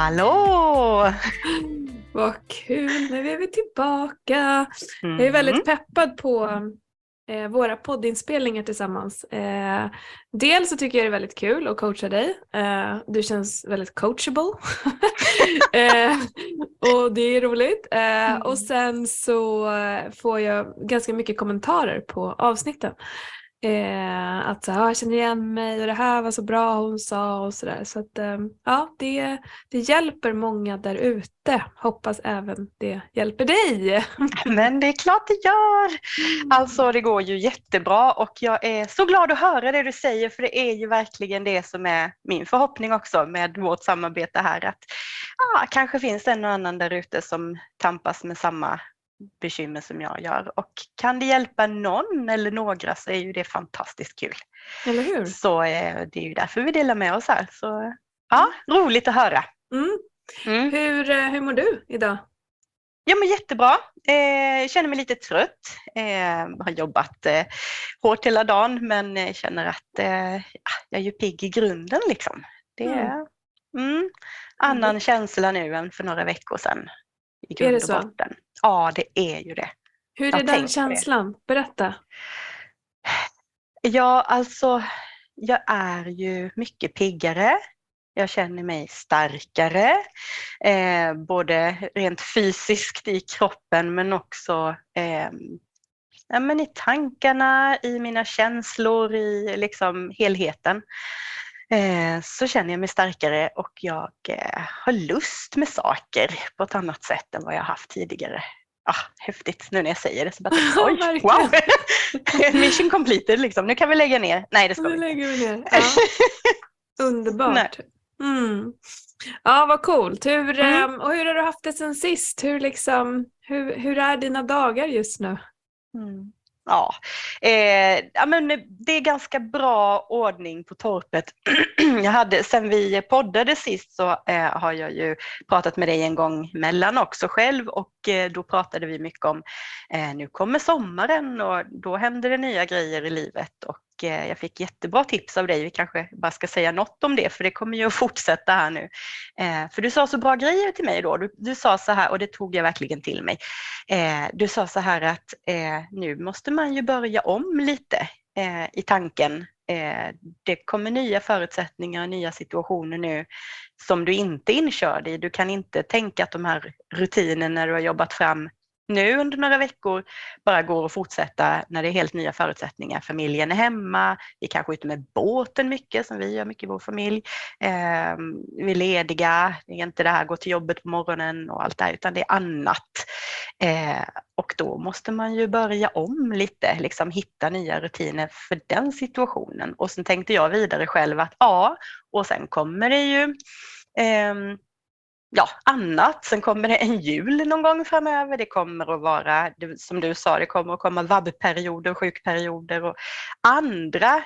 Hallå! Vad kul, nu är vi tillbaka. Jag är Mm. väldigt peppad på våra poddinspelningar tillsammans. Dels så tycker jag det är väldigt kul att coacha dig. Du känns väldigt coachable. Och det är roligt. Och sen så får jag ganska mycket kommentarer på avsnitten. Att så, jag känner igen mig och det här var så bra hon sa och sådär. Så att det hjälper många där ute. Hoppas även det hjälper dig. Men det är klart det gör. Alltså det går ju jättebra och jag är så glad att höra det du säger, för det är ju verkligen det som är min förhoppning också med vårt samarbete här. Att kanske finns en och annan där ute som tampas med samma bekymmer som jag gör, och kan det hjälpa någon eller några så är ju det fantastiskt kul. Eller hur? Så det är ju därför vi delar med oss här. Så roligt att höra. Hur mår du idag? Jag mår jättebra. Känner mig lite trött. Har jobbat hårt hela dagen, men känner att jag är ju pigg i grunden liksom. Det är annan känsla nu än för några veckor sedan. I grund och botten. Ja, det är ju det. Hur är den känslan? Berätta. Ja, alltså jag är ju mycket piggare. Jag känner mig starkare, både rent fysiskt i kroppen men också men i tankarna, i mina känslor, i liksom helheten. Så känner jag mig starkare och jag har lust med saker på ett annat sätt än vad jag haft tidigare. Häftigt nu när jag säger det. Så bara, oj, wow! Mission completed liksom. Nu kan vi lägga ner. Nej, det ska vi lägger vi ner. Ja. Underbart. Ja, vad coolt. Och hur har du haft det sen sist? Hur är dina dagar just nu? Men det är ganska bra ordning på torpet. Sen vi poddade sist så har jag ju pratat med dig en gång mellan också själv, och då pratade vi mycket om nu kommer sommaren och då händer det nya grejer i livet, och jag fick jättebra tips av dig. Vi kanske bara ska säga något om det, för det kommer ju att fortsätta här nu. För du sa så bra grejer till mig då. Du sa så här, och det tog jag verkligen till mig. Du sa så här att nu måste man ju börja om lite i tanken. Det kommer nya förutsättningar och nya situationer nu som du inte är inkörd i. Du kan inte tänka att de här rutinerna du har jobbat fram nu under några veckor bara går att fortsätta när det är helt nya förutsättningar. Familjen är hemma, vi kanske är ute med båten mycket som vi gör mycket i vår familj. Vi är lediga, det är inte det här gå till jobbet på morgonen och allt det här, utan det är annat. Och då måste man ju börja om lite, liksom hitta nya rutiner för den situationen. Och sen tänkte jag vidare själv att och sen kommer det ju annat. Sen kommer det en jul någon gång framöver. Det kommer att vara, som du sa, det kommer att komma vabbperioder, sjukperioder och andra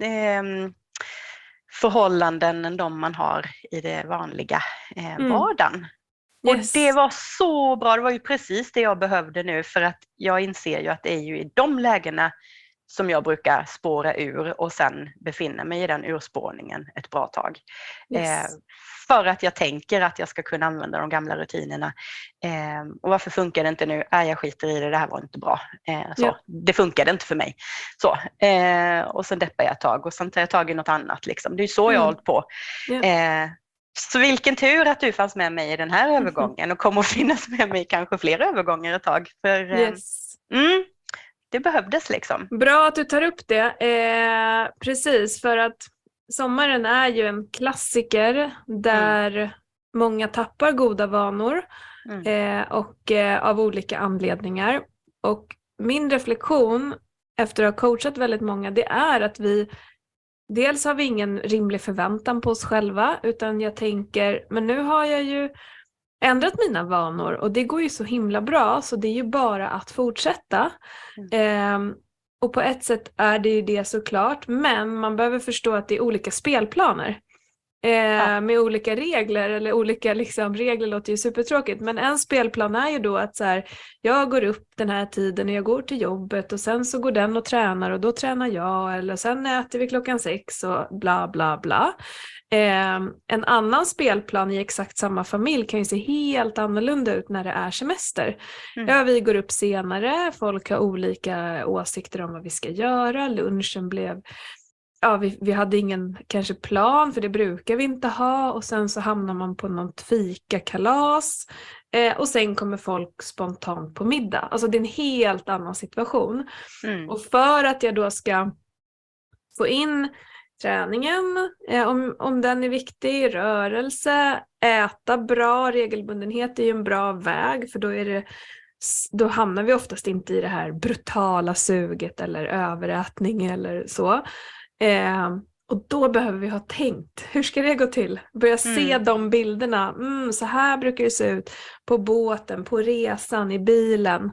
förhållanden än de man har i det vanliga vardagen. Yes. Och det var så bra, det var ju precis det jag behövde nu, för att jag inser ju att det är ju i de lägena som jag brukar spåra ur och sen befinna mig i den urspårningen ett bra tag. Yes. För att jag tänker att jag ska kunna använda de gamla rutinerna. Och varför funkar det inte nu? Jag skiter i det, det här var inte bra. Det funkade inte för mig. Och sen deppar jag ett tag och sen tar jag tag i något annat. Liksom. Det är så jag har hållit på. Så vilken tur att du fanns med mig i den här övergången och kommer att finnas med mig kanske fler övergångar ett tag. För, det behövdes liksom. Bra att du tar upp det. Precis, för att sommaren är ju en klassiker där många tappar goda vanor och av olika anledningar. Och min reflektion efter att ha coachat väldigt många, det är att dels har vi ingen rimlig förväntan på oss själva, utan jag tänker, men nu har jag ju ändrat mina vanor och det går ju så himla bra, så det är ju bara att fortsätta. Och på ett sätt är det ju det såklart, men man behöver förstå att det är olika spelplaner. med olika regler, eller olika liksom, regler låter ju supertråkigt, men en spelplan är ju då att så här, jag går upp den här tiden och jag går till jobbet och sen så går den och tränar och då tränar jag, eller sen äter vi 6 och bla bla bla. En annan spelplan i exakt samma familj kan ju se helt annorlunda ut när det är semester. Ja, vi går upp senare, folk har olika åsikter om vad vi ska göra, lunchen blev... Ja, vi hade ingen kanske plan, för det brukar vi inte ha, och sen så hamnar man på något fikakalas och sen kommer folk spontant på middag. Alltså det är en helt annan situation. Och för att jag då ska få in träningen, om den är viktig, rörelse, äta bra, regelbundenhet är ju en bra väg, för då hamnar vi oftast inte i det här brutala suget eller överätning eller så. Och då behöver vi ha tänkt, hur ska det gå till? Börja se de bilderna, så här brukar det se ut på båten, på resan, i bilen.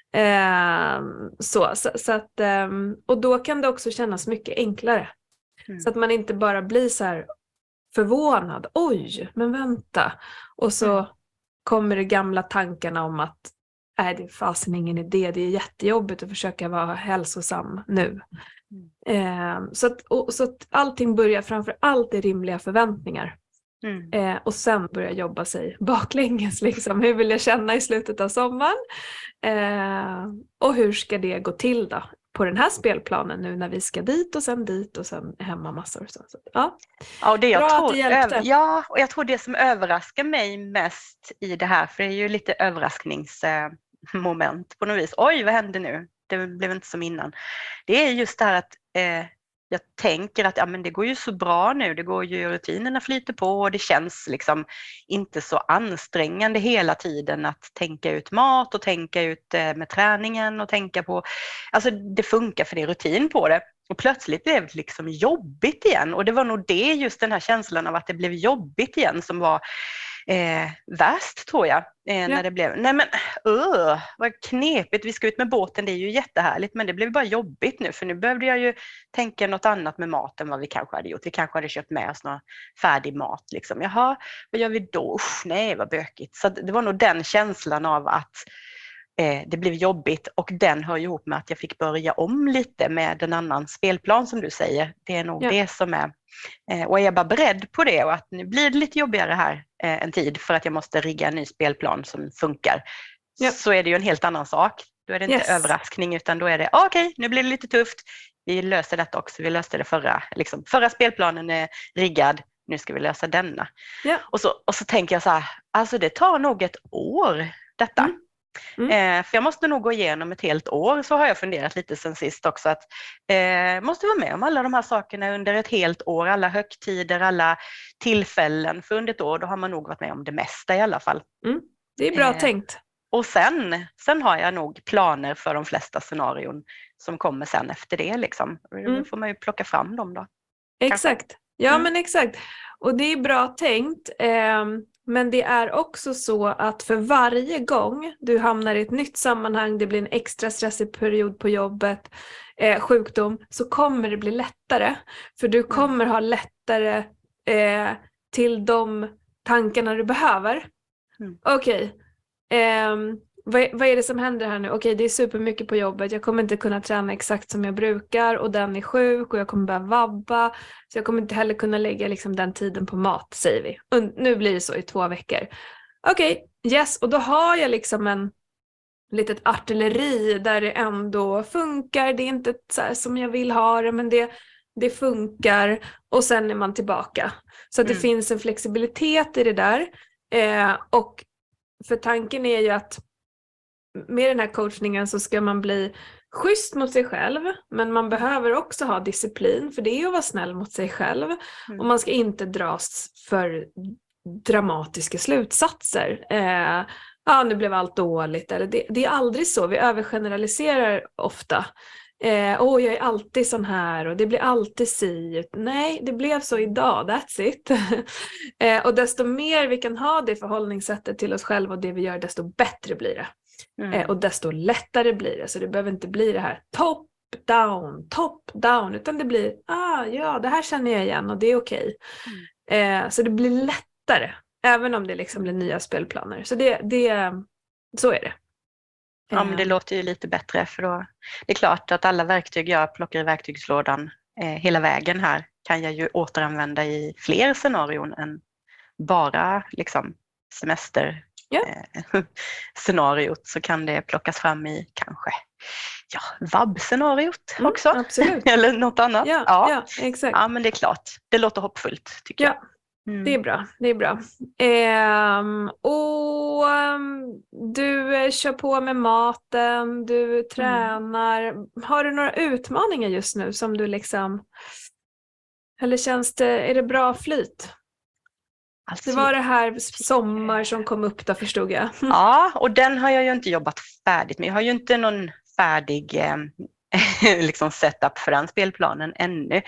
Så att, och då kan det också kännas mycket enklare. Så att man inte bara blir så här förvånad, oj, men vänta. Och så kommer det gamla tankarna om att det är fasen ingen idé, det är jättejobbigt att försöka vara hälsosam nu. Så att allting börjar framför allt i rimliga förväntningar. Och sen börja jobba sig baklänges liksom. Hur vill jag känna i slutet av sommaren? Och hur ska det gå till då? På den här spelplanen nu när vi ska dit och sen hemma massor. Så, ja. Ja, och det jag tror det som överraskar mig mest i det här, för det är ju lite överraskningsmoment på något vis. Oj, vad hände nu? Det blev inte som innan. Det är just det här att jag tänker att men det går ju så bra nu, det går ju, rutinerna flyter på och det känns liksom inte så ansträngande hela tiden att tänka ut mat och tänka ut med träningen och tänka på, alltså det funkar för det är rutin på det. Och plötsligt blev det liksom jobbigt igen, och det var nog det, just den här känslan av att det blev jobbigt igen, som var värst tror jag. När det blev, vad knepigt, vi ska ut med båten, det är ju jättehärligt, men det blev bara jobbigt nu, för nu behövde jag ju tänka något annat med maten vad vi kanske hade gjort. Vi kanske hade köpt med oss någon färdig mat liksom. Jaha, vad gör vi då? Nej, vad bökigt. Så det var nog den känslan av att det blev jobbigt, och den hör ihop med att jag fick börja om lite med en annan spelplan som du säger. Det är nog det som är, och är jag bara beredd på det, och att nu blir det lite jobbigare här en tid för att jag måste rigga en ny spelplan som funkar, så är det ju en helt annan sak. Då är det inte överraskning, utan då är det okej, nu blir det lite tufft, vi löser detta också, vi löste det förra spelplanen är riggad, nu ska vi lösa denna. Och så tänker jag så här, alltså det tar nog ett år detta. För jag måste nog gå igenom ett helt år, så har jag funderat lite sen sist också, att måste vara med om alla de här sakerna under ett helt år, alla högtider, alla tillfällen, för under ett år då har man nog varit med om det mesta i alla fall. Det är bra tänkt. Och sen har jag nog planer för de flesta scenarion som kommer sen efter det liksom. Då får man ju plocka fram dem då. Exakt. Ja, men exakt. Och det är bra tänkt. Men det är också så att för varje gång du hamnar i ett nytt sammanhang, det blir en extra stressig period på jobbet, sjukdom, så kommer det bli lättare. För du kommer ha lättare till de tankarna du behöver. Okej. Vad är det som händer här nu? Okej, det är supermycket på jobbet. Jag kommer inte kunna träna exakt som jag brukar, och den är sjuk och jag kommer börja vabba. Så jag kommer inte heller kunna lägga liksom den tiden på mat, säger vi. Och nu blir det så i 2 veckor. Okej, yes. Och då har jag liksom en litet artilleri där det ändå funkar. Det är inte så här som jag vill ha det, men det funkar. Och sen är man tillbaka. Så att det finns en flexibilitet i det där. Och för tanken är ju att med den här coachningen så ska man bli schysst mot sig själv, men man behöver också ha disciplin, för det är att vara snäll mot sig själv. Och man ska inte dras för dramatiska slutsatser. Nu blev allt dåligt. Eller det är aldrig så. Vi övergeneraliserar ofta. Jag är alltid sån här och det blir alltid si. Nej, det blev så idag, that's it. Och desto mer vi kan ha det förhållningssättet till oss själva och det vi gör, desto bättre blir det. Och desto lättare blir det. Så det behöver inte bli det här top down, utan det blir, det här känner jag igen och det är okej. Så det blir lättare, även om det liksom blir nya spelplaner. Så så är det. Ja, men det låter ju lite bättre, för då det är klart att alla verktyg jag plockar i verktygslådan hela vägen här kan jag ju återanvända i fler scenarion än bara liksom semester. Ja. Scenariot, så kan det plockas fram i kanske vab-scenariot också. Absolut. Eller något annat. Ja, exakt. Ja, men det är klart. Det låter hoppfullt, tycker jag. Det är bra. Det är bra. Du kör på med maten, du tränar. Har du några utmaningar just nu som du liksom... Eller är det bra flyt? Alltså, det var det här sommar som kom upp då, förstod jag. Ja, och den har jag ju inte jobbat färdigt med. Jag har ju inte någon färdig liksom setup för den spelplanen ännu.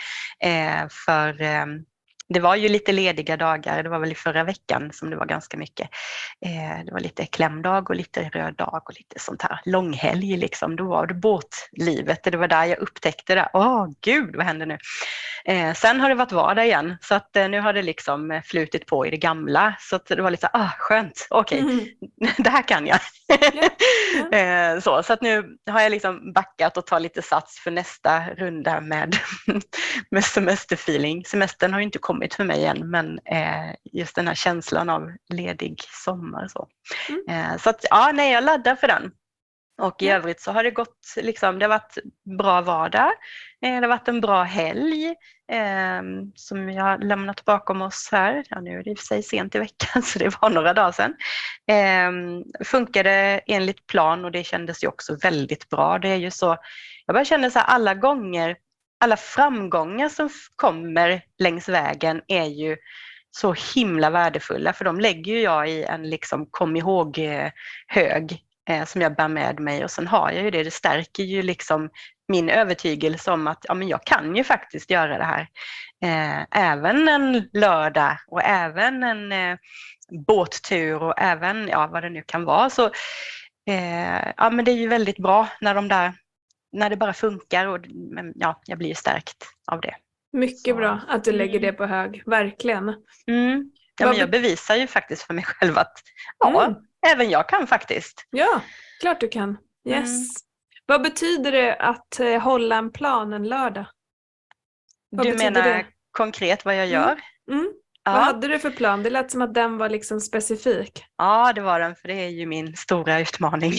Det var ju lite lediga dagar, det var väl i förra veckan som det var ganska mycket. Det var lite klämdag och lite röd dag och lite sånt här långhelg liksom. Då var det båtlivet, det var där jag upptäckte det. Gud, vad händer nu? Sen har det varit vardag igen, så att nu har det liksom flutit på i det gamla. Så att det var lite skönt, okej, det här kan jag. Så att nu har jag liksom backat och tar lite sats för nästa runda med semesterfeeling. Semestern har ju inte kommit för mig än, men just den här känslan av ledig sommar. Så att jag laddar för den. Och i övrigt så har det gått, liksom, det har varit bra vardag, det har varit en bra helg som jag har lämnat bakom oss här. Ja, nu är det i och för sig sent i veckan, så det var några dagar sedan. Funkade enligt plan och det kändes ju också väldigt bra. Det är ju så, jag bara känner så här, alla framgångar som kommer längs vägen är ju så himla värdefulla, för de lägger ju jag i en liksom kom ihåg hög som jag bär med mig, och sen har jag ju det stärker ju liksom min övertygelse om att men jag kan ju faktiskt göra det här. Även en lördag och även en båttur och även vad det nu kan vara. Så men det är ju väldigt bra när det bara funkar, och jag blir ju stärkt av det. Mycket bra att du lägger det på hög, verkligen. Men jag bevisar ju faktiskt för mig själv att även jag kan faktiskt. Ja, klart du kan. Yes. Vad betyder det att hålla en plan en lördag? Du menar det? Konkret vad jag gör? Ja. Vad hade du för plan? Det lät som att den var liksom specifik. Ja, det var den, för det är ju min stora utmaning.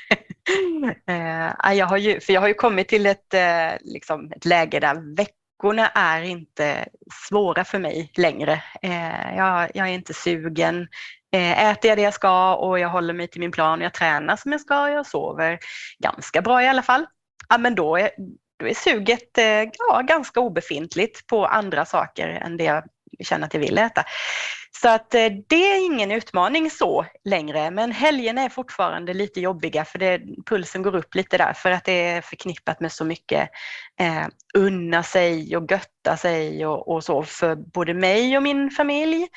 Jag har ju kommit till ett läge där veckorna är inte svåra för mig längre. Jag är inte sugen. Äter jag det jag ska och jag håller mig till min plan, jag tränar som jag ska och jag sover ganska bra i alla fall. Ja, men då är suget ganska obefintligt på andra saker än det jag känner att jag vill äta. Så att det är ingen utmaning så längre, men helgerna är fortfarande lite jobbiga, för pulsen går upp lite där, för att det är förknippat med så mycket unna sig och götta sig och så för både mig och min familj.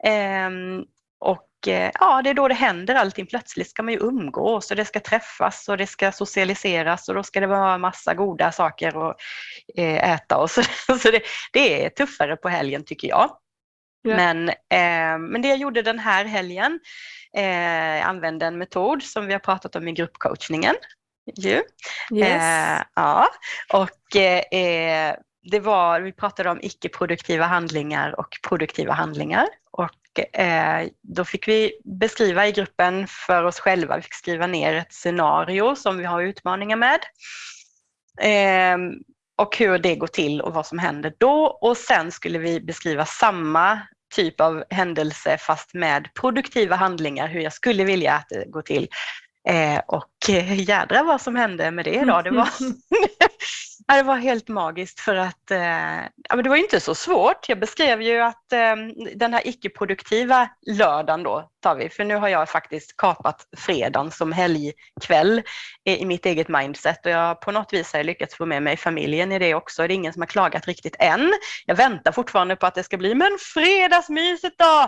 Det är då det händer allting. Plötsligt ska man ju umgås och det ska träffas och det ska socialiseras och då ska det vara massa goda saker att äta. Och så det är tuffare på helgen, tycker jag. Ja. Men det jag gjorde den här helgen, jag använde en metod som vi har pratat om i gruppcoachningen. Yes. Vi pratade om icke-produktiva handlingar och produktiva handlingar. Och då fick vi beskriva i gruppen för oss själva, vi fick skriva ner ett scenario som vi har utmaningar med. Och hur det går till och vad som händer då. Och sen skulle vi beskriva samma typ av händelse fast med produktiva handlingar, hur jag skulle vilja att det går till. Och jädra vad som hände med det då. Det var helt magiskt, för att det var inte så svårt. Jag beskrev ju att den här icke-produktiva lördagen då tar vi, för nu har jag faktiskt kapat fredagen som helgkväll i mitt eget mindset, och jag på något vis har lyckats få med mig familjen i det också. Det är ingen som har klagat riktigt än. Jag väntar fortfarande på att det ska bli, men fredagsmyset då!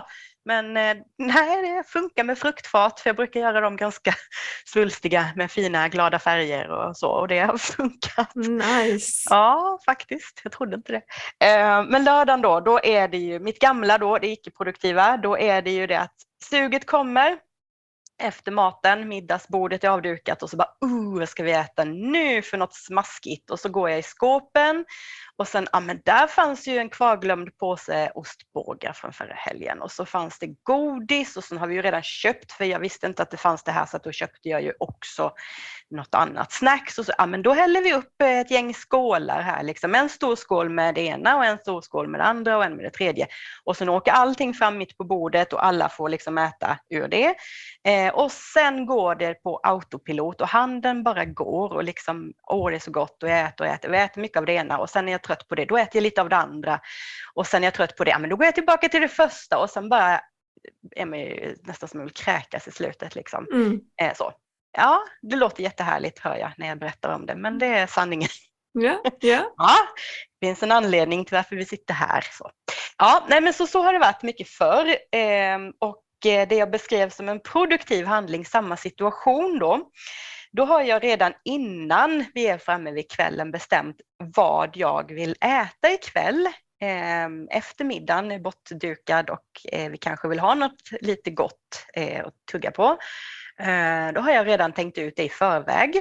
Men nej, det funkar med fruktfat, för jag brukar göra dem ganska svulstiga med fina glada färger och så, och det har funkat. Nice. Ja, faktiskt. Jag trodde inte det. Men lördagen då är det ju mitt gamla då, det icke-produktiva, då är det ju det att suget kommer efter maten, middagsbordet är avdukat och så bara, vad ska vi äta nu för något smaskigt? Och så går jag i skåpen och sen, men där fanns ju en kvarglömd påse ostbågar från förra helgen, och så fanns det godis, och sen har vi ju redan köpt, för jag visste inte att det fanns det här, så att då köpte jag ju också något annat snacks, och så, men då häller vi upp ett gäng skålar här, liksom en stor skål med det ena och en stor skål med det andra och en med det tredje, och sen åker allting fram mitt på bordet och alla får liksom äta ur det. Och sen går det på autopilot och handen bara går och liksom, det är så gott, och jag äter mycket av det ena, och sen är jag trött på det, då äter jag lite av det andra, och sen är jag trött på det, men då går jag tillbaka till det första, och sen bara är man ju nästan som att vill kräkas i slutet liksom. Så. Ja, det låter jättehärligt, hör jag när jag berättar om det, men det är sanningen. Ja. Ja, det finns en anledning till varför vi sitter här. Så. Ja, nej, men så har det varit mycket förr, och det jag beskrev som en produktiv handling, samma situation då har jag redan innan vi är framme vid kvällen bestämt vad jag vill äta ikväll. Eftermiddagen är bortdukad och vi kanske vill ha något lite gott att tugga på. Då har jag redan tänkt ut det i förväg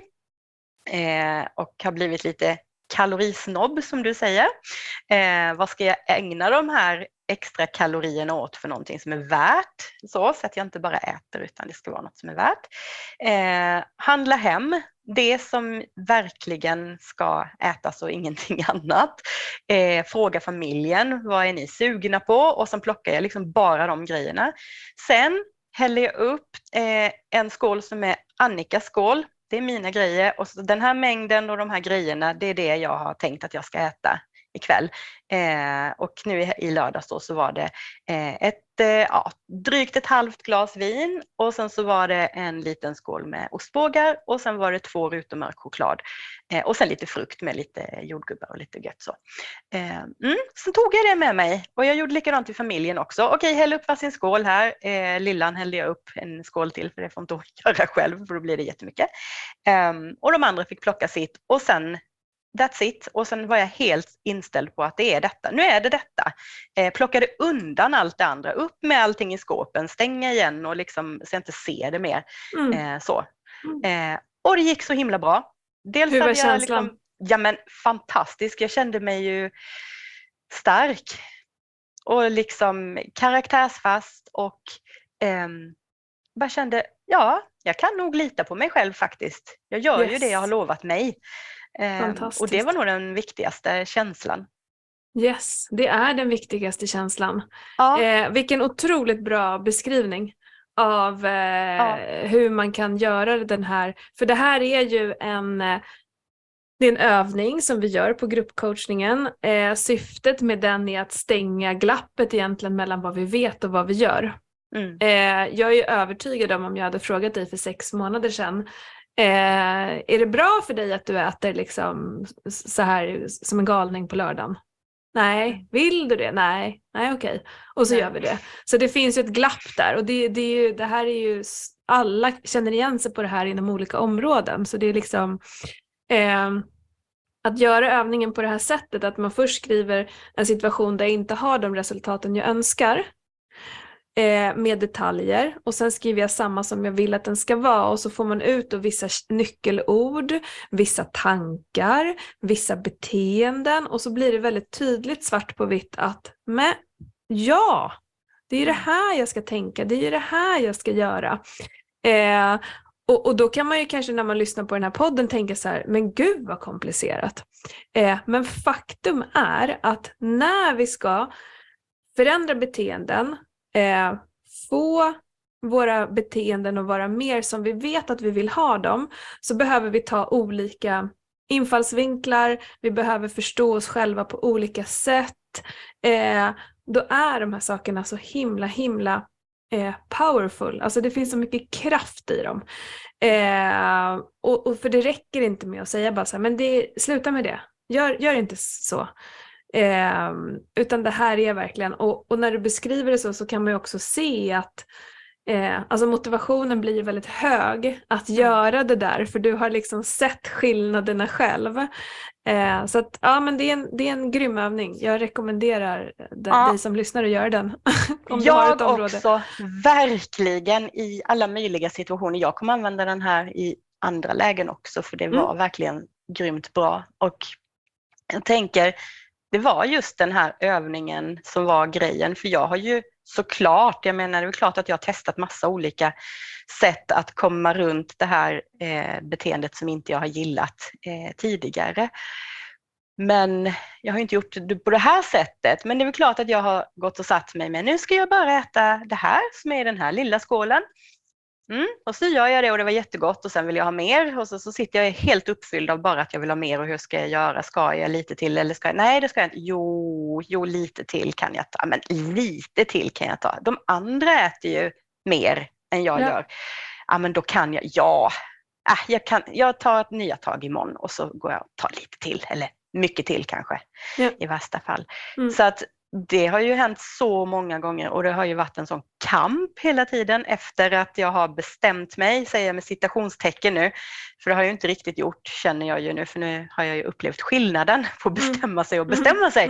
och har blivit lite kalorisnobb, som du säger. Vad ska jag ägna de här extra kalorierna åt för någonting som är värt, så att jag inte bara äter utan det ska vara något som är värt. Handla hem det som verkligen ska ätas och ingenting annat. Fråga familjen, vad är ni sugna på? Och sen plockar jag liksom bara de grejerna. Sen häller jag upp en skål som är Annikas skål. Det är mina grejer, och så den här mängden och de här grejerna, det är det jag har tänkt att jag ska äta ikväll. Och nu i lördags då så var det drygt ett halvt glas vin, och sen så var det en liten skål med ostbågar, och sen var det 2 rutor mörk choklad, och sen lite frukt med lite jordgubbar och lite gött så. Sen tog jag det med mig, och jag gjorde likadant till familjen också. Okej, häll upp varsin skål här. Lillan hällde jag upp en skål till, för det får inte göra själv, för då blir det jättemycket. Och de andra fick plocka sitt, och sen that's it. Och sen var jag helt inställd på att det är detta. Nu är det detta. Plockade undan allt det andra. Upp med allting i skåpen. Stänga igen och liksom, så jag inte ser det mer. Och det gick så himla bra. Dels hur var hade jag känslan? liksom, fantastisk. Jag kände mig ju stark. Och liksom karaktärsfast. Och bara kände, jag kan nog lita på mig själv faktiskt. Jag gör ju det jag har lovat mig. Och det var nog den viktigaste känslan. Yes, det är den viktigaste känslan. Vilken otroligt bra beskrivning av hur man kan göra den här. För det här är ju det är en övning som vi gör på gruppcoachningen. Syftet med den är att stänga glappet egentligen mellan vad vi vet och vad vi gör. Jag är övertygad om jag hade frågat dig för 6 månader sedan, är det bra för dig att du äter liksom så här som en galning på lördagen? Nej. Vill du det? Nej, okej. Och så gör vi det. Så det finns ju ett glapp där, och det här är ju, alla känner igen sig på det här inom olika områden. Så det är liksom att göra övningen på det här sättet, att man först skriver en situation där jag inte har de resultaten jag önskar, med detaljer, och sen skriver jag samma som jag vill att den ska vara, och så får man ut då vissa nyckelord, vissa tankar, vissa beteenden, och så blir det väldigt tydligt svart på vitt att det är det här jag ska tänka, det är det här jag ska göra. Och då kan man ju kanske när man lyssnar på den här podden tänka så här, men gud vad komplicerat. Men faktum är att när vi ska förändra beteenden, få våra beteenden att vara mer som vi vet att vi vill ha dem, så behöver vi ta olika infallsvinklar, vi behöver förstå oss själva på olika sätt. Då är de här sakerna så himla powerful. Alltså det finns så mycket kraft i dem. Och för det räcker inte med att säga bara så här, men sluta med det. Gör inte så. Utan det här är verkligen, och när du beskriver det så kan man ju också se att alltså motivationen blir väldigt hög att göra det där, för du har liksom sett skillnaderna själv. Så att ja, men det är en grym övning. Jag rekommenderar dig som lyssnar att göra den. Om du har ett område. Också, verkligen, i alla möjliga situationer. Jag kommer använda den här i andra lägen också, för det var verkligen grymt bra. Och jag tänker, det var just den här övningen som var grejen, för jag har ju såklart, jag menar det är klart att jag har testat massa olika sätt att komma runt det här beteendet som inte jag har gillat tidigare. Men jag har inte gjort det på det här sättet, men det är väl klart att jag har gått och satt mig med, nu ska jag bara äta det här som är i den här lilla skålen. Och så gör jag det och det var jättegott och sen vill jag ha mer och så sitter jag helt uppfylld av bara att jag vill ha mer och hur ska jag göra? Ska jag lite till eller ska jag? Nej, det ska jag inte. Jo, lite till kan jag ta. Men lite till kan jag ta. De andra äter ju mer än jag gör. Ja, men då kan jag tar ett nya tag imorgon och så går jag och tar lite till eller mycket till kanske i värsta fall. Så att det har ju hänt så många gånger och det har ju varit en sån kamp hela tiden efter att jag har bestämt mig, säger jag med citationstecken nu, för det har jag ju inte riktigt gjort, känner jag ju nu, för nu har jag ju upplevt skillnaden på att bestämma sig och bestämma sig.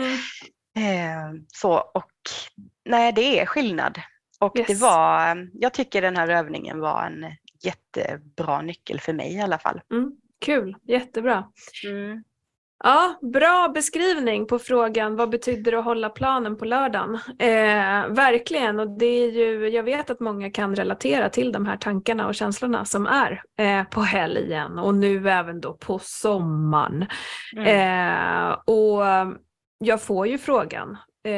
Så, och nej, det är skillnad. Och det var, jag tycker den här övningen var en jättebra nyckel för mig i alla fall. Kul, jättebra. Ja, bra beskrivning på frågan, vad betyder det att hålla planen på lördagen? Verkligen, och det är ju, jag vet att många kan relatera till de här tankarna och känslorna som är på helgen och nu även då på sommaren. Och jag får ju frågan,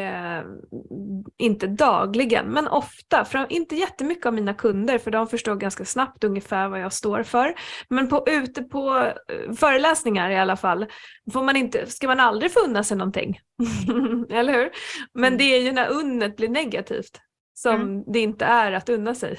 inte dagligen men ofta, inte jättemycket av mina kunder, för de förstår ganska snabbt ungefär vad jag står för, men ute på föreläsningar i alla fall ska man aldrig få unna sig någonting. Eller hur? Men det är ju när unnet blir negativt som det inte är att unna sig.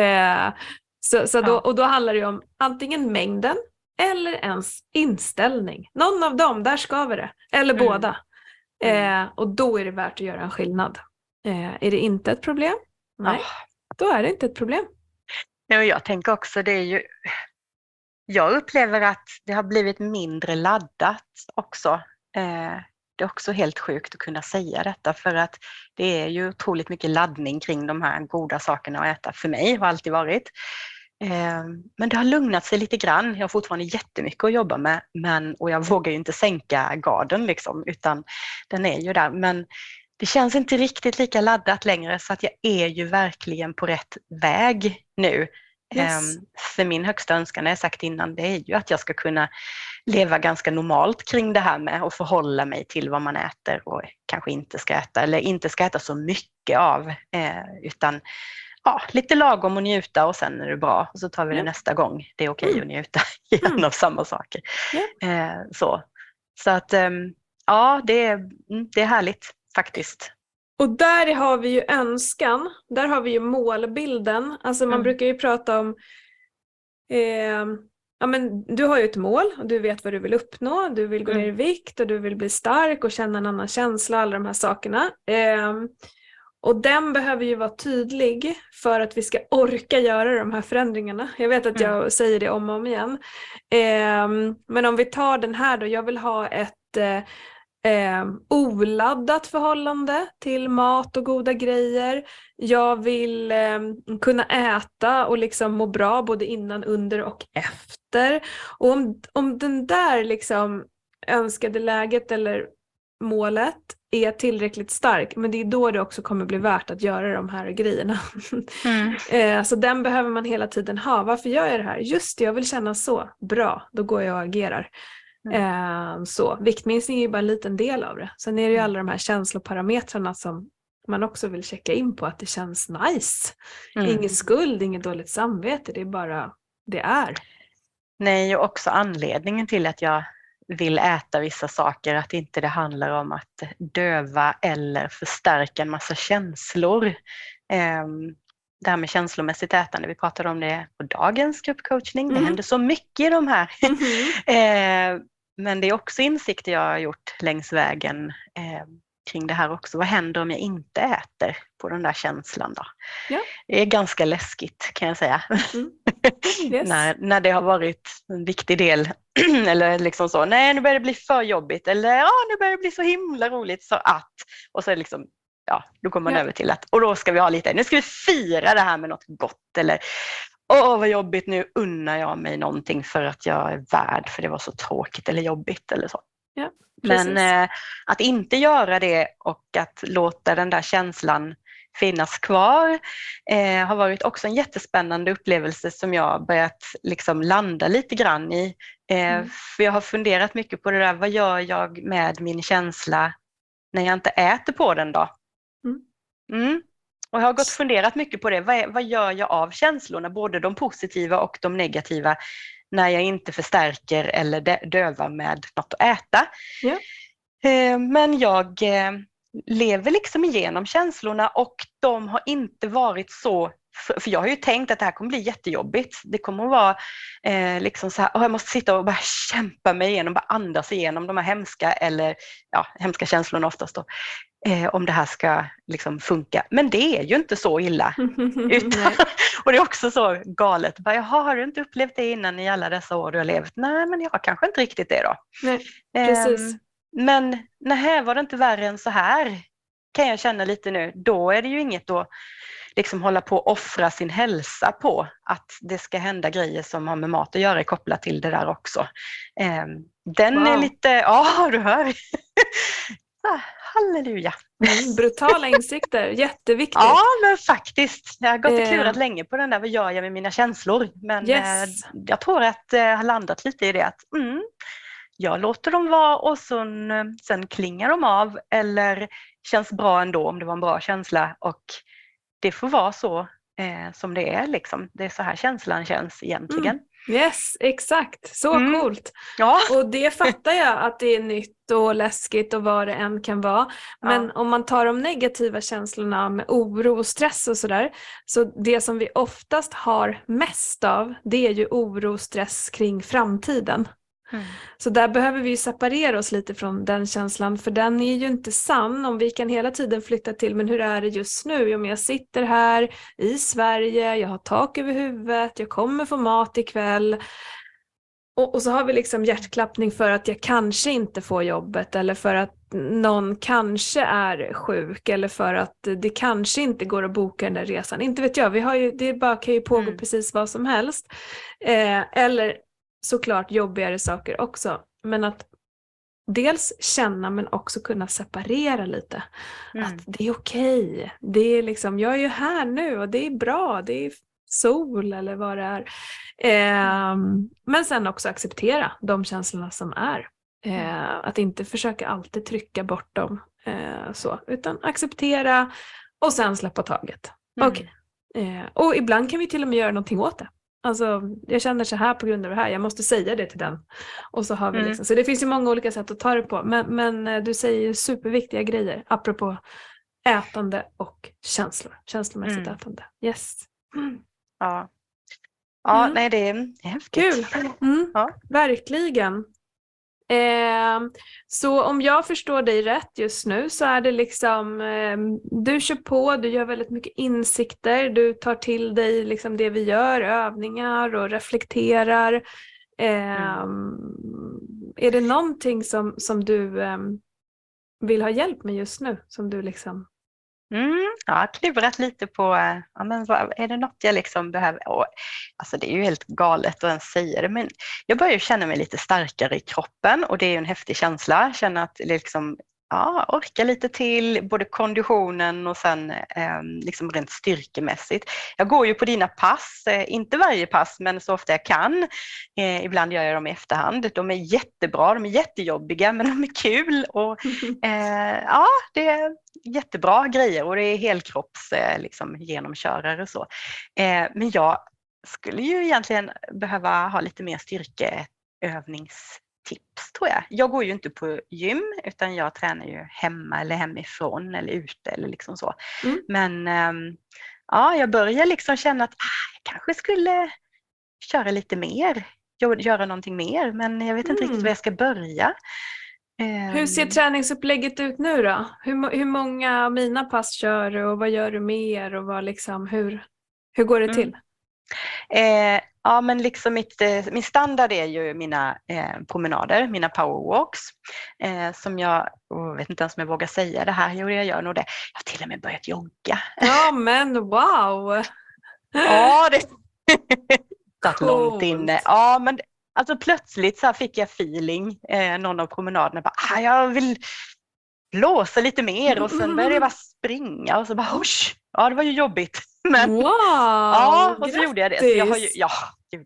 Och då handlar det om antingen mängden eller ens inställning. Någon av dem, där ska vi det. Eller båda. Och då är det värt att göra en skillnad. Är det inte ett problem? Nej, då är det inte ett problem. Jag tänker också, det är ju, jag upplever att det har blivit mindre laddat också. Det är också helt sjukt att kunna säga detta, för att det är ju otroligt mycket laddning kring de här goda sakerna att äta för mig, har alltid varit. Men det har lugnat sig lite grann. Jag har fortfarande jättemycket att jobba med, och jag vågar ju inte sänka garden liksom, utan den är ju där. Men det känns inte riktigt lika laddat längre, så att jag är ju verkligen på rätt väg nu. För min högsta önskan, jag sagt innan, det är ju att jag ska kunna leva ganska normalt kring det här med att förhålla mig till vad man äter och kanske inte ska äta, eller inte ska äta så mycket av, utan lite lagom att njuta och sen är det bra. Och så tar vi det nästa gång. Det är okej att njuta igen av samma saker. Så att det är härligt faktiskt. Och där har vi ju önskan. Där har vi ju målbilden. Alltså man brukar ju prata om men du har ju ett mål och du vet vad du vill uppnå. Du vill gå ner i vikt och du vill bli stark och känna en annan känsla. Alla de här sakerna. Och den behöver ju vara tydlig för att vi ska orka göra de här förändringarna. Jag vet att jag säger det om och om igen. Men om vi tar den här då. Jag vill ha ett oladdat förhållande till mat och goda grejer. Jag vill kunna äta och liksom må bra både innan, under och efter. Och om den där liksom önskade läget eller målet är tillräckligt stark, men det är då det också kommer bli värt att göra de här grejerna. Så den behöver man hela tiden ha. Varför gör jag det här? Just det, jag vill känna så. Bra, då går jag och agerar. Så viktminskning är ju bara en liten del av det. Sen är det ju alla de här känsloparametrarna som man också vill checka in på, att det känns nice. Ingen skuld, inget dåligt samvete, det är bara det är. Nej, och också anledningen till att jag vill äta vissa saker, att inte det handlar om att döva eller förstärka en massa känslor. Det här med känslomässigt ätande, vi pratade om det på dagens gruppcoachning, det händer så mycket i de här. Men det är också insikter jag har gjort längs vägen kring det här också. Vad händer om jag inte äter på den där känslan då? Ja. Det är ganska läskigt kan jag säga. Yes. när det har varit en viktig del. Eller liksom så, nej nu börjar det bli för jobbigt. Eller nu börjar det bli så himla roligt så att. Och så är det liksom, då kommer man över till att, och då ska vi ha lite, nu ska vi fira det här med något gott. Eller vad jobbigt, nu unnar jag mig någonting för att jag är värd, för det var så tråkigt eller jobbigt eller så. Ja, men att inte göra det och att låta den där känslan finnas kvar har varit också en jättespännande upplevelse som jag börjat liksom landa lite grann i. För jag har funderat mycket på det där, vad gör jag med min känsla när jag inte äter på den då? Och jag har gått och funderat mycket på det. Vad gör jag av känslorna, både de positiva och de negativa, när jag inte förstärker eller dövar med något att äta? Ja. Men jag lever liksom igenom känslorna och de har inte varit så. För jag har ju tänkt att det här kommer bli jättejobbigt. Det kommer att vara liksom så här, jag måste sitta och bara kämpa mig igenom, bara andas igenom de här hemska känslorna oftast då. Om det här ska liksom funka. Men det är ju inte så illa. Och det är också så galet. Bara, har du inte upplevt det innan i alla dessa år du har levt? Nej, men jag har kanske inte riktigt det då. Nej, precis. Men nej, var det inte värre än så här? Kan jag känna lite nu. Då är det ju inget att liksom hålla på att offra sin hälsa på. Att det ska hända grejer som har med mat att göra kopplat till det där också. Den är lite, du hör. Halleluja. Brutala insikter, jätteviktigt. Ja, men faktiskt. Jag har gått och klurat länge på den där, vad gör jag med mina känslor? Men jag tror att jag har landat lite i det att jag låter dem vara och sen klingar de av eller känns bra ändå om det var en bra känsla, och det får vara så som det är liksom. Det är så här känslan känns egentligen. Yes, exakt. Så coolt. Ja. Och det fattar jag att det är nytt och läskigt och vad det än kan vara. Men om man tar de negativa känslorna med oro och stress och sådär, så det som vi oftast har mest av, det är ju oro och stress kring framtiden. Så där behöver vi ju separera oss lite från den känslan, för den är ju inte sann om vi kan hela tiden flytta till, men hur är det just nu? Om jag sitter här i Sverige, jag har tak över huvudet, jag kommer få mat ikväll, och så har vi liksom hjärtklappning för att jag kanske inte får jobbet, eller för att någon kanske är sjuk, eller för att det kanske inte går att boka den där resan. Inte vet jag, det kan ju pågå precis vad som helst. Eller såklart jobbigare saker också, men att dels känna men också kunna separera lite. Att det är okej. Det är liksom, jag är ju här nu och det är bra, det är sol eller vad det är. Men sen också acceptera de känslorna som är. Att inte försöka alltid trycka bort dem utan acceptera och sen släppa taget. Okej. Och ibland kan vi till och med göra någonting åt det. Alltså, jag känner så här på grund av det här. Jag måste säga det till den. Och så har vi liksom. Så det finns ju många olika sätt att ta det på. Men du säger superviktiga grejer. Apropå ätande och känslor. Känslomässigt ätande. Yes. Ja, nej, det är häftigt. Kul. Verkligen. Så om jag förstår dig rätt just nu, så är det liksom du kör på, du gör väldigt mycket insikter, du tar till dig liksom det vi gör, övningar och reflekterar. Är det någonting som du vill ha hjälp med just nu, som du liksom... Jag har klurat lite på, är det något jag liksom behöver? Alltså det är ju helt galet att ens säga det, men jag börjar känna mig lite starkare i kroppen, och det är ju en häftig känsla. Känna att liksom, orka lite till, både konditionen och sen liksom rent styrkemässigt. Jag går ju på dina pass, inte varje pass men så ofta jag kan. Ibland gör jag dem i efterhand. De är jättebra, de är jättejobbiga, men de är kul. Och, det är jättebra grejer, och det är helkropps liksom, genomkörare och så. Men jag skulle ju egentligen behöva ha lite mer styrkeövningstips, tror jag. Jag går ju inte på gym, utan jag tränar ju hemma eller hemifrån eller ute eller liksom så. Men jag börjar liksom känna att jag kanske skulle köra lite mer göra någonting mer, men jag vet inte riktigt var jag ska börja. Hur ser träningsupplägget ut nu då? Hur många av mina pass kör du och vad gör du mer och vad liksom, hur går det till? Ja, men liksom min standard är ju mina promenader, mina powerwalks, som jag vet inte ens om jag vågar säga det här. Jo, jag gör nog det. Jag har till och med börjat jogga. Ja, men wow! Ja, det satt långt inne. Ja, men alltså plötsligt så här fick jag feeling någon av promenaderna. Bara, jag vill blåsa lite mer och sen började jag bara springa och så bara, hosch! Ja, det var ju jobbigt. Men, wow! Ja, och grattis. så gjorde jag det. Så jag har ju, gud.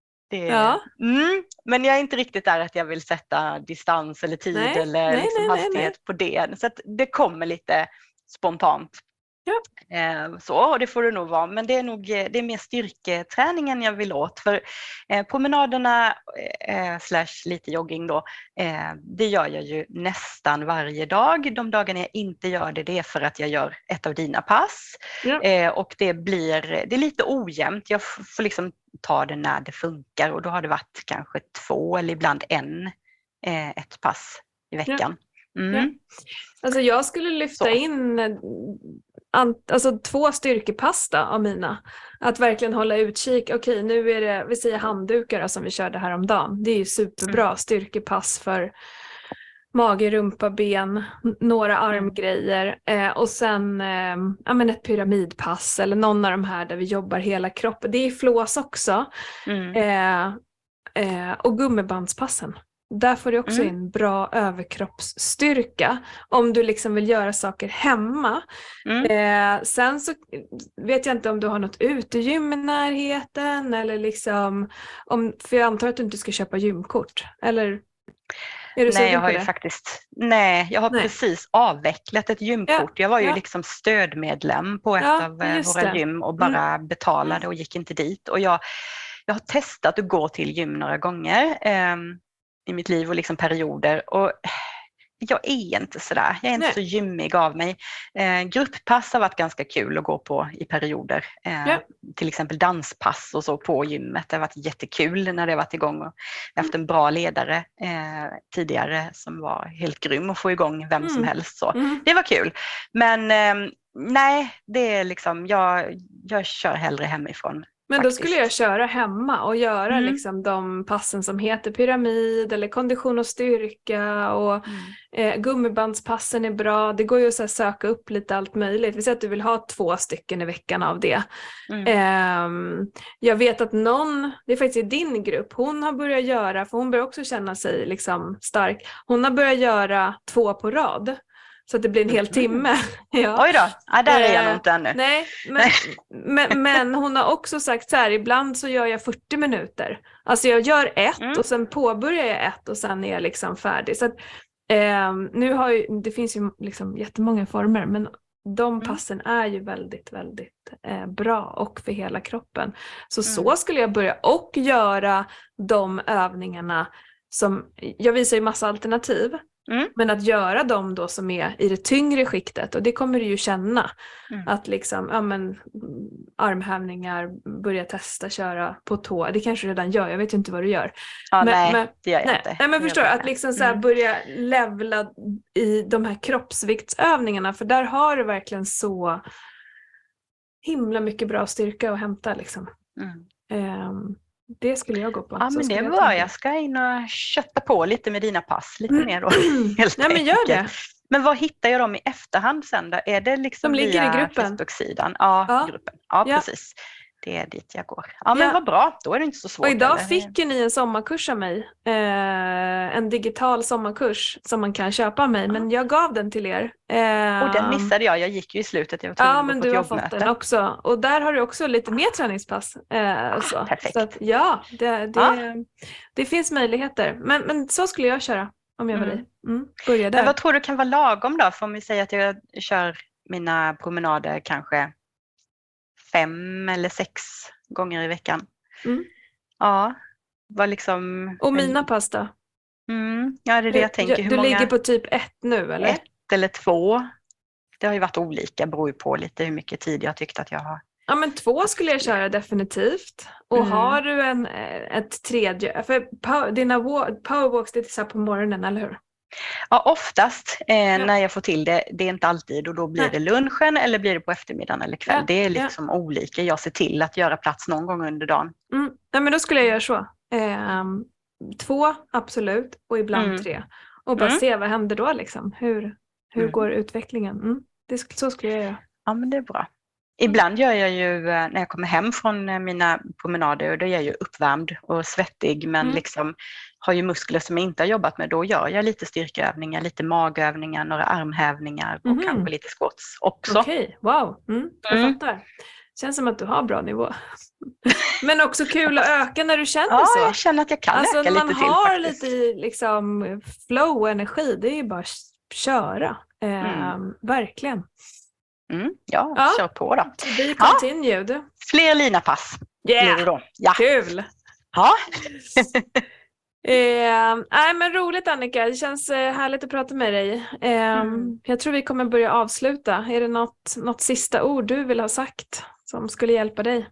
Men jag är inte riktigt där att jag vill sätta distans eller tid eller hastighet på det. Så att det kommer lite spontant. Ja. Så, och det får det nog vara. Men det är mer styrketräningen jag vill åt. För promenaderna / lite jogging då, det gör jag ju nästan varje dag. De dagarna jag inte gör det är för att jag gör ett av dina pass. Ja. Och det är lite ojämnt. Jag får liksom ta det när det funkar. Och då har det varit kanske 2 eller ibland ett pass i veckan. Ja. Ja. Alltså jag skulle lyfta in alltså 2 styrkepass av mina. Att verkligen hålla utkik. Okej, nu är det, vi säger handdukar som vi körde häromdagen. Det är ju superbra styrkepass för mage, rumpa, ben, några armgrejer. Och sen ett pyramidpass eller någon av de här där vi jobbar hela kroppen. Det är flås också. Och gummibandspassen. Där får du också in bra överkroppsstyrka om du liksom vill göra saker hemma. Sen så vet jag inte om du har något utegym i närheten eller liksom, för jag antar att du inte ska köpa gymkort. Eller är du sugen på det? Jag har precis avvecklat ett gymkort. Jag var ju liksom stödmedlem på ett av våra gym och bara betalade och gick inte dit. Och jag har testat att gå till gym några gånger i mitt liv och liksom perioder, och jag är inte sådär, jag är inte så gymmig av mig. Grupppass har varit ganska kul att gå på i perioder, till exempel danspass och så på gymmet. Det har varit jättekul när det har varit igång, och jag har haft en bra ledare tidigare som var helt grym att få igång vem som helst. Så. Det var kul, men det är liksom, jag kör hellre hemifrån. Men då skulle jag köra hemma och göra liksom de passen som heter pyramid eller kondition och styrka, och gummibandspassen är bra. Det går ju att söka upp lite allt möjligt. Vi säger att du vill ha 2 stycken i veckan av det. Jag vet att det är faktiskt i din grupp, hon har börjat göra, för hon börjar också känna sig liksom stark. Hon har börjat göra 2 på rad. Så att det blir en hel timme. Oj då, där är jag nog inte ännu. Nej, men hon har också sagt så här, ibland så gör jag 40 minuter. Alltså jag gör 1 och sen påbörjar jag 1 och sen är jag liksom färdig. Så att, det finns ju liksom jättemånga former, men de passen är ju väldigt, väldigt bra och för hela kroppen. Så skulle jag börja och göra de övningarna som, jag visar ju massa alternativ. Men att göra dem då som är i det tyngre skiktet, och det kommer du ju känna att liksom, armhävningar, börja testa köra på tå, det kanske du redan gör, jag vet ju inte vad du gör. Det gör jag inte. Nej, men förstår att liksom så här börja levla i de här kroppsviktsövningarna, för där har du verkligen så himla mycket bra styrka att hämta liksom. Det skulle jag gå på. Ja, men det var jag ska in och kötta på lite med dina pass lite mer då. Men gör det. Men vad hittar jag dem i efterhand sen då? Är det liksom de ligger via i gruppen. Facebook-sidan? Ja, gruppen. Ja, precis. Det är dit jag går. Ja, men vad bra. Då är det inte så svårt. Och idag fick ju ni en sommarkurs av mig. En digital sommarkurs som man kan köpa av mig. Men jag gav den till er. Och den missade jag. Jag gick ju i slutet. Jag var tvungen att gå men på du har jobbmöte. fått den också. Och där har du också lite mer träningspass. Perfekt. Så att, det finns möjligheter. Men så skulle jag köra om jag var dig. Börja där. Men vad tror du kan vara lagom då? För om vi säger att jag kör mina promenader kanske 5 eller 6 gånger i veckan. Ja, var liksom... Och mina pass då? Ja, det är det jag tänker. Du ligger på typ 1 nu, eller? 1 eller 2. Det har ju varit olika, beror ju på lite hur mycket tid jag tyckt att jag har Ja, men 2 skulle jag köra definitivt. Och har du ett tredje, för dina powerwalks det är så här på morgonen, eller hur? Ja, oftast när jag får till det, det är inte alltid, och då blir det lunchen eller blir det på eftermiddagen eller kväll. Ja, det är liksom olika. Jag ser till att göra plats någon gång under dagen. Ja, men då skulle jag göra så. 2, absolut, och ibland 3. Och bara se vad händer då liksom. Hur går utvecklingen? Så skulle jag göra. Ja, men det är bra. Ibland gör jag ju, när jag kommer hem från mina promenader, då är jag ju uppvärmd och svettig, men liksom har ju muskler som jag inte har jobbat med. Då gör jag lite styrkeövningar, lite magövningar, några armhävningar och kanske lite squats också. Okej, wow. Jag fattar. Känns som att du har bra nivå. Men också kul att öka när du känner så. Ja, jag känner att jag kan öka lite till. Alltså man har lite liksom flow och energi, det är ju bara att köra. Verkligen. Kör på då. To be continued. Ja. Fler linapass. Yeah, då. Ja. Kul. Ja. Men roligt Annika, det känns härligt att prata med dig. Jag tror vi kommer börja avsluta. Är det något sista ord du vill ha sagt som skulle hjälpa dig?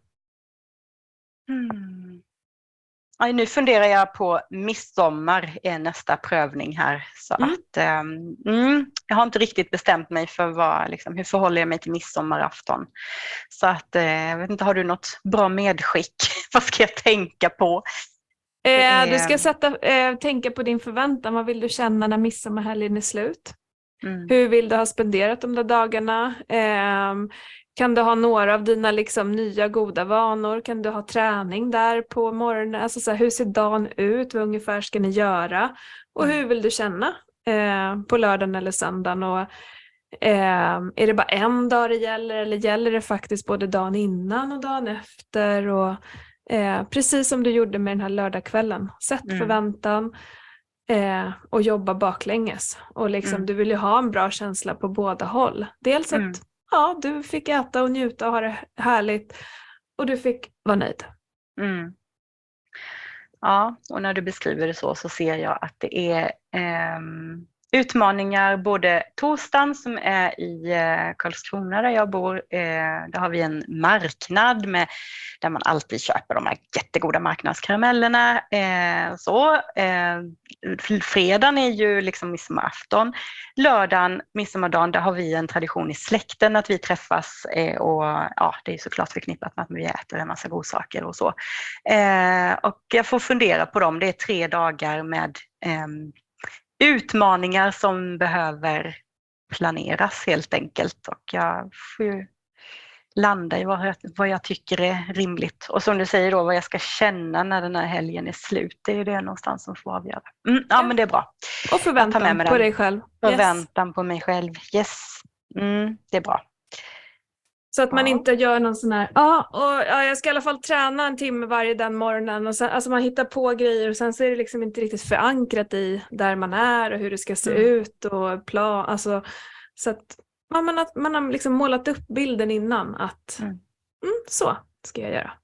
Ja, nu funderar jag på midsommar är nästa prövning här. Så att jag har inte riktigt bestämt mig för hur förhåller jag mig till midsommarafton. Så att jag vet inte, har du något bra medskick? Vad ska jag tänka på? Du ska tänka på din förväntan. Vad vill du känna när midsommarhelgen är slut? Hur vill du ha spenderat de där dagarna? Kan du ha några av dina liksom nya goda vanor? Kan du ha träning där på morgonen? Alltså så här, hur ser dagen ut? Vad ungefär ska ni göra? Och hur vill du känna på lördagen eller söndagen? Och, är det bara en dag det gäller? Eller gäller det faktiskt både dagen innan och dagen efter? Och, precis som du gjorde med den här lördagskvällen. Sätt förväntan och jobba baklänges. Och liksom, du vill ju ha en bra känsla på båda håll. Dels att du fick äta och njuta och ha det härligt. Och du fick vara nöjd. Ja, och när du beskriver det så ser jag att det är utmaningar både torsdagen som är i Karlskrona där jag bor. Där har vi en marknad där man alltid köper de här jättegoda marknadskaramellerna. Fredagen är ju liksom midsommarafton. Lördagen, midsommardagen, där har vi en tradition i släkten att vi träffas och det är såklart förknippat med att vi äter en massa godsaker och så. Och jag får fundera på dem. Det är 3 dagar med utmaningar som behöver planeras helt enkelt, och jag får ju landa i vad jag tycker är rimligt. Och som du säger då, vad jag ska känna när den här helgen är slut, det är det någonstans som får avgöra. Men det är bra. Och förväntan på dig själv. Förväntan på mig själv, yes. Det är bra. Så att man inte gör någon sån här, jag ska i alla fall träna en timme varje den morgonen. Och sen, alltså man hittar på grejer och sen så är det liksom inte riktigt förankrat i där man är och hur det ska se ut och plan. Alltså, så att man har liksom målat upp bilden innan att så ska jag göra.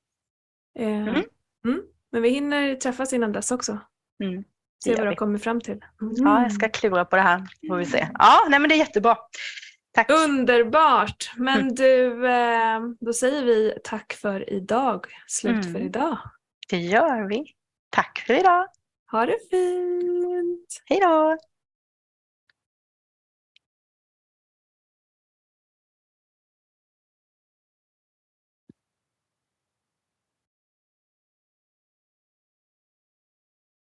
Men vi hinner träffas innan dess också. Se vad du kommer fram till. Ja, jag ska klura på det här, får vi se. Ja, nej men det är jättebra. Tack. Underbart! Men du, då säger vi tack för idag. Slut för idag. Det gör vi. Tack för idag. Ha det fint! Hej då!